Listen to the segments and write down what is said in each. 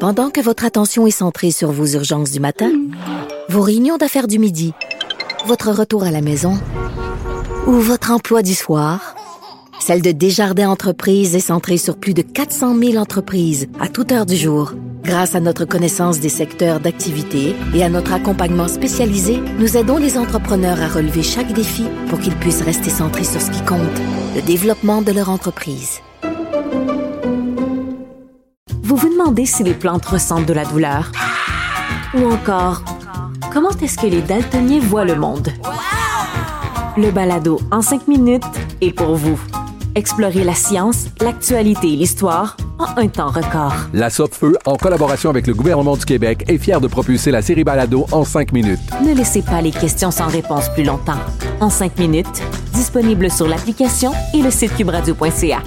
Pendant que votre attention est centrée sur vos urgences du matin, vos réunions d'affaires du midi, votre retour à la maison ou votre emploi du soir, celle de Desjardins Entreprises est centrée sur plus de 400 000 entreprises à toute heure du jour. Grâce à notre connaissance des secteurs d'activité et à notre accompagnement spécialisé, nous aidons les entrepreneurs à relever chaque défi pour qu'ils puissent rester centrés sur ce qui compte, le développement de leur entreprise. Vous vous demandez si les plantes ressentent de la douleur? Ou encore, comment est-ce que les daltoniens voient le monde? Le balado en 5 minutes est pour vous. Explorez la science, l'actualité et l'histoire en un temps record. La Sopfeu, en collaboration avec le gouvernement du Québec, est fière de propulser la série Balado en 5 minutes. Ne laissez pas les questions sans réponse plus longtemps. En 5 minutes, disponible sur l'application et le site cubradio.ca.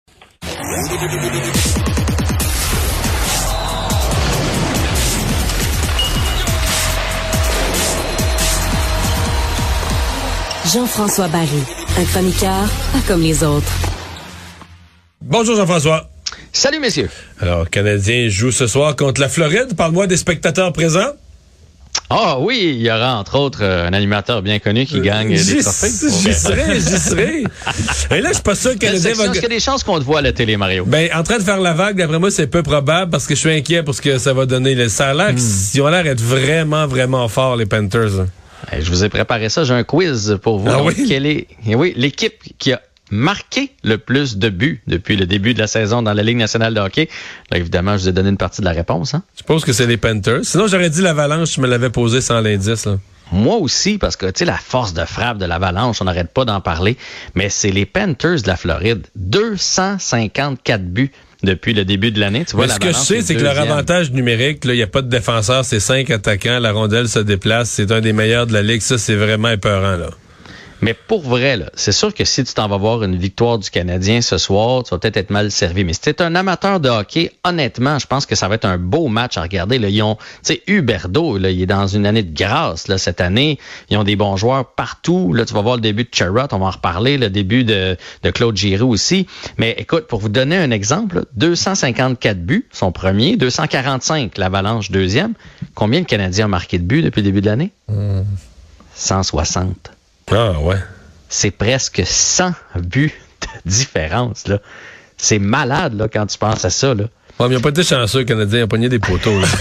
Jean-François Barry, un chroniqueur pas comme les autres. Bonjour Jean-François. Salut messieurs. Alors, Canadien joue ce soir contre la Floride. Parle-moi des spectateurs présents. Ah oui, il y aura entre autres un animateur bien connu qui gagne des trophées. J'y serai. Et là, je suis pas sûr que le Canadien va... Est-ce qu'il y a des chances qu'on te voit à la télé, Mario? Ben, en train de faire la vague, d'après moi, c'est peu probable parce que je suis inquiet pour ce que ça va donner. Ça a l'air qu'ils ont l'air d'être vraiment, vraiment forts, les Panthers. Je vous ai préparé ça. J'ai un quiz pour vous. Ah Donc, oui? quelle est l'équipe qui a marqué le plus de buts depuis le début de la saison dans la Ligue nationale de hockey? Là, évidemment, je vous ai donné une partie de la réponse. Hein? Je pense que c'est les Panthers. Sinon, j'aurais dit l'Avalanche, je me l'avais posé sans l'indice. Là. Moi aussi, parce que, tu sais, la force de frappe de l'Avalanche, on n'arrête pas d'en parler, mais c'est les Panthers de la Floride. 254 buts depuis le début de l'année. Tu vois, mais ce que je sais, c'est que leur avantage numérique, il n'y a pas de défenseur, c'est 5 attaquants, la rondelle se déplace, c'est un des meilleurs de la Ligue. Ça, c'est vraiment épeurant, là. Mais pour vrai, là, c'est sûr que si tu t'en vas voir une victoire du Canadien ce soir, tu vas peut-être être mal servi. Mais si t'es un amateur de hockey, honnêtement, je pense que ça va être un beau match à regarder. Là, ils ont, tu sais, Huberdeau, là, il est dans une année de grâce là, cette année. Ils ont des bons joueurs partout. Là, tu vas voir le début de Chirot, on va en reparler, le début de Claude Giroux aussi. Mais écoute, pour vous donner un exemple, 254 buts, son premier, 245, l'Avalanche deuxième. Combien le Canadien a marqué de buts depuis le début de l'année? 160. Ah ouais. C'est presque 100 buts de différence, là. C'est malade, là, quand tu penses à ça, là. Ouais, mais ils n'ont pas été chanceux, les Canadiens. Ils ont pogné des poteaux, là.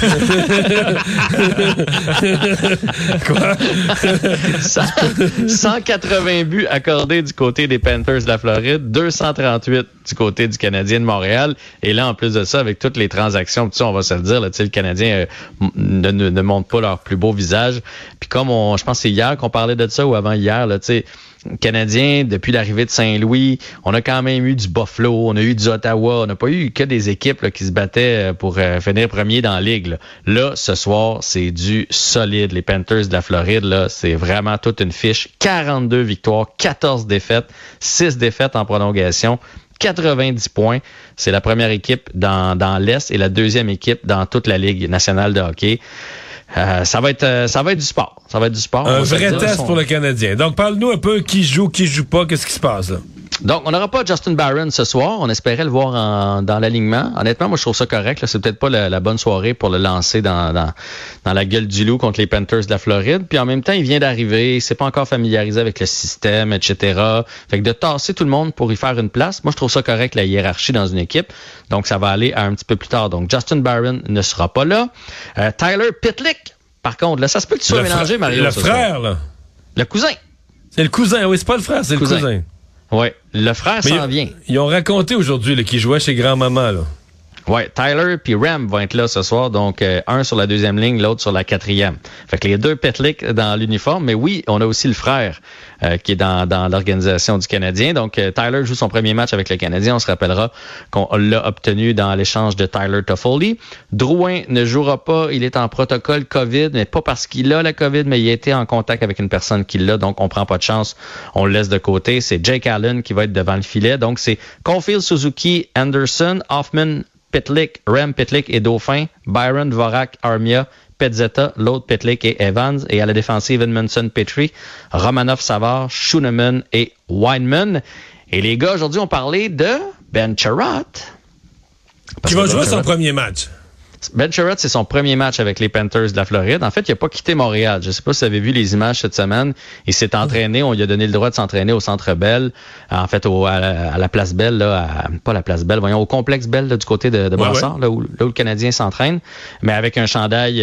Quoi? 180 buts accordés du côté des Panthers de la Floride, 238 du côté du Canadien de Montréal. Et là, en plus de ça, avec toutes les transactions, on va se le dire, là, le Canadien ne montre pas leur plus beau visage. Puis comme je pense que c'est hier qu'on parlait de ça ou avant hier, là, tu sais, Canadien, depuis l'arrivée de Saint-Louis, on a quand même eu du Buffalo, on a eu du Ottawa, on n'a pas eu que des équipes là, qui se battaient pour finir premier dans la Ligue. Là, ce soir, c'est du solide. Les Panthers de la Floride, là, c'est vraiment toute une fiche. 42 victoires, 14 défaites, 6 défaites en prolongation. 90 points. C'est la première équipe dans l'Est et la deuxième équipe dans toute la Ligue nationale de hockey. Ça va être du sport. Ça va être du sport. Un vrai test pour le Canadien. Donc, parle-nous un peu qui joue pas, qu'est-ce qui se passe là? Donc, on n'aura pas Justin Barron ce soir. On espérait le voir dans l'alignement. Honnêtement, moi, je trouve ça correct. Là. C'est peut-être pas la bonne soirée pour le lancer dans la gueule du loup contre les Panthers de la Floride. Puis en même temps, il vient d'arriver. Il s'est pas encore familiarisé avec le système, etc. Fait que de tasser tout le monde pour y faire une place, moi, je trouve ça correct, la hiérarchie dans une équipe. Donc, ça va aller à un petit peu plus tard. Donc, Justin Barron ne sera pas là. Tyler Pitlick, par contre, là, ça se peut que tu sois mélangé, Mario. Le frère, là. Le cousin. C'est le cousin, oui, c'est pas le frère, c'est le cousin. Oui, le frère s'en vient. Ils ont raconté aujourd'hui qu'il jouait chez grand-maman, là. Oui, Tyler puis Ram vont être là ce soir, donc un sur la deuxième ligne, l'autre sur la quatrième. Fait que les deux Petlik dans l'uniforme, mais oui, on a aussi le frère qui est dans l'organisation du Canadien. Donc Tyler joue son premier match avec le Canadien, on se rappellera qu'on l'a obtenu dans l'échange de Tyler Toffoli. Drouin ne jouera pas, il est en protocole COVID, mais pas parce qu'il a la COVID, mais il a été en contact avec une personne qui l'a, donc on prend pas de chance, on le laisse de côté. C'est Jake Allen qui va être devant le filet, donc c'est Caulfield, Suzuki, Anderson, Hoffman, Pitlick, Rem, Pitlick et Dauphin, Byron, Dvorak, Armia, Pezzetta, l'autre Pitlick et Evans, et à la défensive Edmondson, Petrie, Romanov, Savard, Schooneman et Wideman. Et les gars, aujourd'hui, on parlait de Ben Chirot. Qui va jouer son premier match. Ben Sherratt, c'est son premier match avec les Panthers de la Floride. En fait, il n'a pas quitté Montréal. Je ne sais pas si vous avez vu les images cette semaine. Il s'est entraîné. On lui a donné le droit de s'entraîner au Centre Bell. En fait, à la Place Bell, là, pas la Place Bell, voyons, au complexe Bell là, du côté de Brassard, là où le Canadien s'entraîne, mais avec un chandail...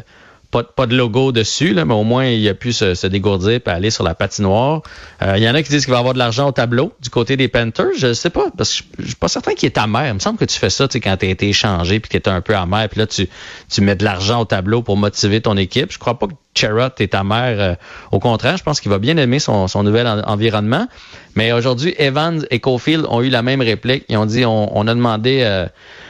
Pas de logo dessus, là, mais au moins, il a pu se dégourdir et aller sur la patinoire. Il y en a qui disent qu'il va avoir de l'argent au tableau du côté des Panthers. Je sais pas, parce que je suis pas certain qu'il est amer. Il me semble que tu fais ça quand tu as été échangé puis que tu es un peu amer. Puis là, tu mets de l'argent au tableau pour motiver ton équipe. Je crois pas que Sherratt est amer. Au contraire, je pense qu'il va bien aimer son nouvel environnement. Mais aujourd'hui, Evans et Caulfield ont eu la même réplique. Ils ont dit, on a demandé...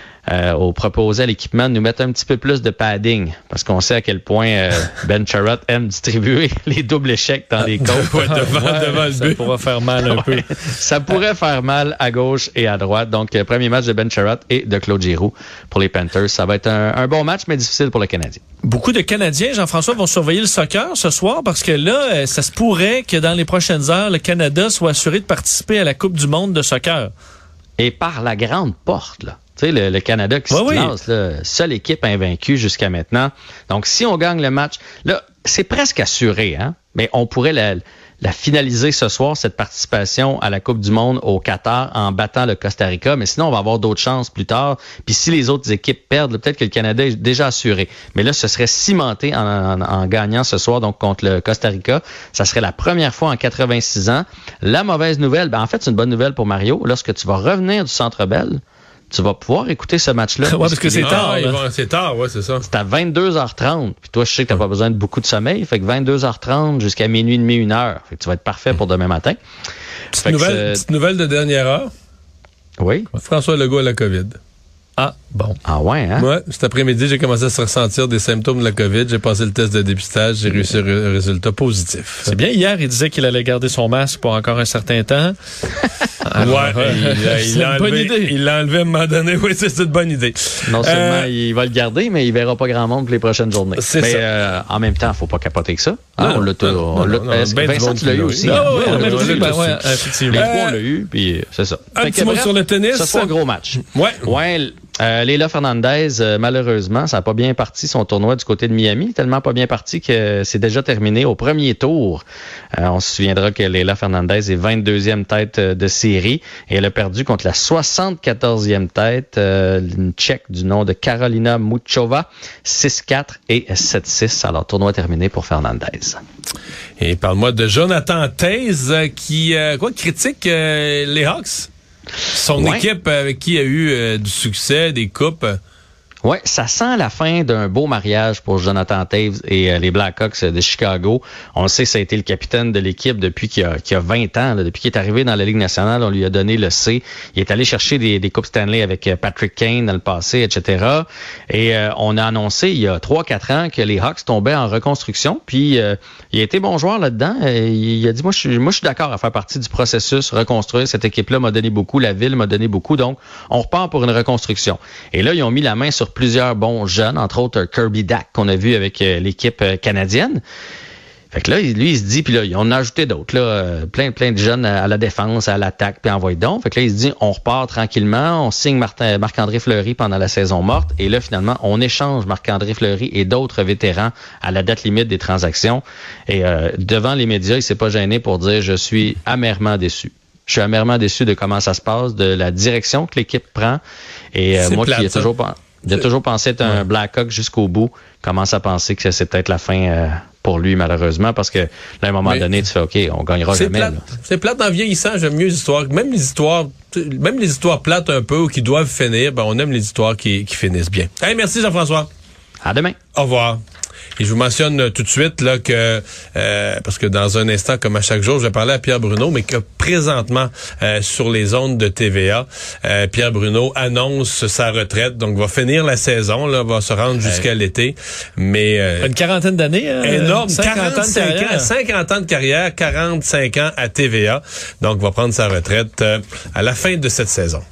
au proposer à l'équipement de nous mettre un petit peu plus de padding parce qu'on sait à quel point Ben Sherratt aime distribuer les doubles échecs dans les côtes. devant le but. Ça pourrait faire mal un peu. Ça pourrait faire mal à gauche et à droite. Donc, premier match de Ben Sherratt et de Claude Giroux pour les Panthers. Ça va être un bon match, mais difficile pour le Canadien. Beaucoup de Canadiens, Jean-François, vont surveiller le soccer ce soir parce que là, ça se pourrait que dans les prochaines heures, le Canada soit assuré de participer à la Coupe du monde de soccer. Et par la grande porte, là. Tu sais, le Canada qui se classe, là, seule équipe invaincue jusqu'à maintenant. Donc, si on gagne le match, là, c'est presque assuré, hein? Mais on pourrait la finaliser ce soir, cette participation à la Coupe du monde au Qatar en battant le Costa Rica. Mais sinon, on va avoir d'autres chances plus tard. Puis si les autres équipes perdent, peut-être que le Canada est déjà assuré. Mais là, ce serait cimenté en gagnant ce soir donc contre le Costa Rica. Ça serait la première fois en 86 ans. La mauvaise nouvelle, en fait, c'est une bonne nouvelle pour Mario. Lorsque tu vas revenir du Centre Bell, tu vas pouvoir écouter ce match-là. Ouais, parce que c'est tard. C'est tard, ouais, c'est ça. C'est à 22h30. Puis toi, je sais que t'as pas besoin de beaucoup de sommeil. Fait que 22h30 jusqu'à minuit et demi, 1h. Fait que tu vas être parfait pour demain matin. Petite nouvelle de dernière heure. Oui. François Legault a la COVID. Ah, bon. Ah ouais, hein? Ouais, cet après-midi, j'ai commencé à se ressentir des symptômes de la COVID. J'ai passé le test de dépistage. J'ai réussi un résultat positif. C'est bien. Hier, il disait qu'il allait garder son masque pour encore un certain temps. Alors, il l'a enlevé à un moment donné. Oui, c'est une bonne idée. Non seulement il va le garder, mais il verra pas grand monde pour les prochaines journées. C'est ça. En même temps, faut pas capoter que ça. Hein? Vincent, tu l'as eu aussi. Oui, effectivement. Les trois, on l'a eu, puis c'est ça. Un petit mot sur le tennis. Ça sera un gros match. Ouais. Leila Fernandez, malheureusement, ça n'a pas bien parti son tournoi du côté de Miami, tellement pas bien parti que c'est déjà terminé au premier tour. On se souviendra que Leila Fernandez est 22e tête de série et elle a perdu contre la 74e tête, une Tchèque du nom de Karolina Muchova, 6-4 et 7-6. Alors, tournoi terminé pour Fernandez. Et parle-moi de Jonathan Toews qui critique les Hawks. Son équipe avec qui il a eu du succès, des coupes. Oui, ça sent la fin d'un beau mariage pour Jonathan Toews et les Blackhawks de Chicago. On le sait, ça a été le capitaine de l'équipe depuis qu'il a 20 ans. Là, depuis qu'il est arrivé dans la Ligue nationale, on lui a donné le C. Il est allé chercher des Coupes Stanley avec Patrick Kane dans le passé, etc. Et on a annoncé il y a 3-4 ans que les Hawks tombaient en reconstruction. Puis il a été bon joueur là-dedans. Il a dit, moi je suis d'accord à faire partie du processus, reconstruire. Cette équipe-là m'a donné beaucoup, la ville m'a donné beaucoup. Donc, on repart pour une reconstruction. Et là, ils ont mis la main sur plusieurs bons jeunes, entre autres Kirby Dack qu'on a vu avec l'équipe canadienne. Fait que là, lui, il se dit, puis là, on a ajouté d'autres, là, plein de jeunes à la défense, à l'attaque, puis envoie donc. Fait que là, il se dit, on repart tranquillement, on signe Marc-André Fleury pendant la saison morte, et là, finalement, on échange Marc-André Fleury et d'autres vétérans à la date limite des transactions. Et devant les médias, il s'est pas gêné pour dire, je suis amèrement déçu. Je suis amèrement déçu de comment ça se passe, de la direction que l'équipe prend. Et moi qui ai toujours pensé être un Blackhawk jusqu'au bout, commence à penser que c'est peut-être la fin pour lui, malheureusement, parce que là, à un moment donné, tu fais OK, on gagnera jamais. C'est plate en vieillissant, j'aime mieux les histoires. Même les histoires plates un peu ou qui doivent finir, on aime les histoires qui finissent bien. Hey, merci Jean-François. À demain. Au revoir. Et je vous mentionne tout de suite là que parce que dans un instant, comme à chaque jour, je vais parler à Pierre Bruno, mais que présentement sur les ondes de TVA, Pierre Bruno annonce sa retraite, donc va finir la saison, là, va se rendre jusqu'à l'été, mais une quarantaine d'années, énorme, 50 ans de carrière, 45 ans à TVA, donc va prendre sa retraite à la fin de cette saison.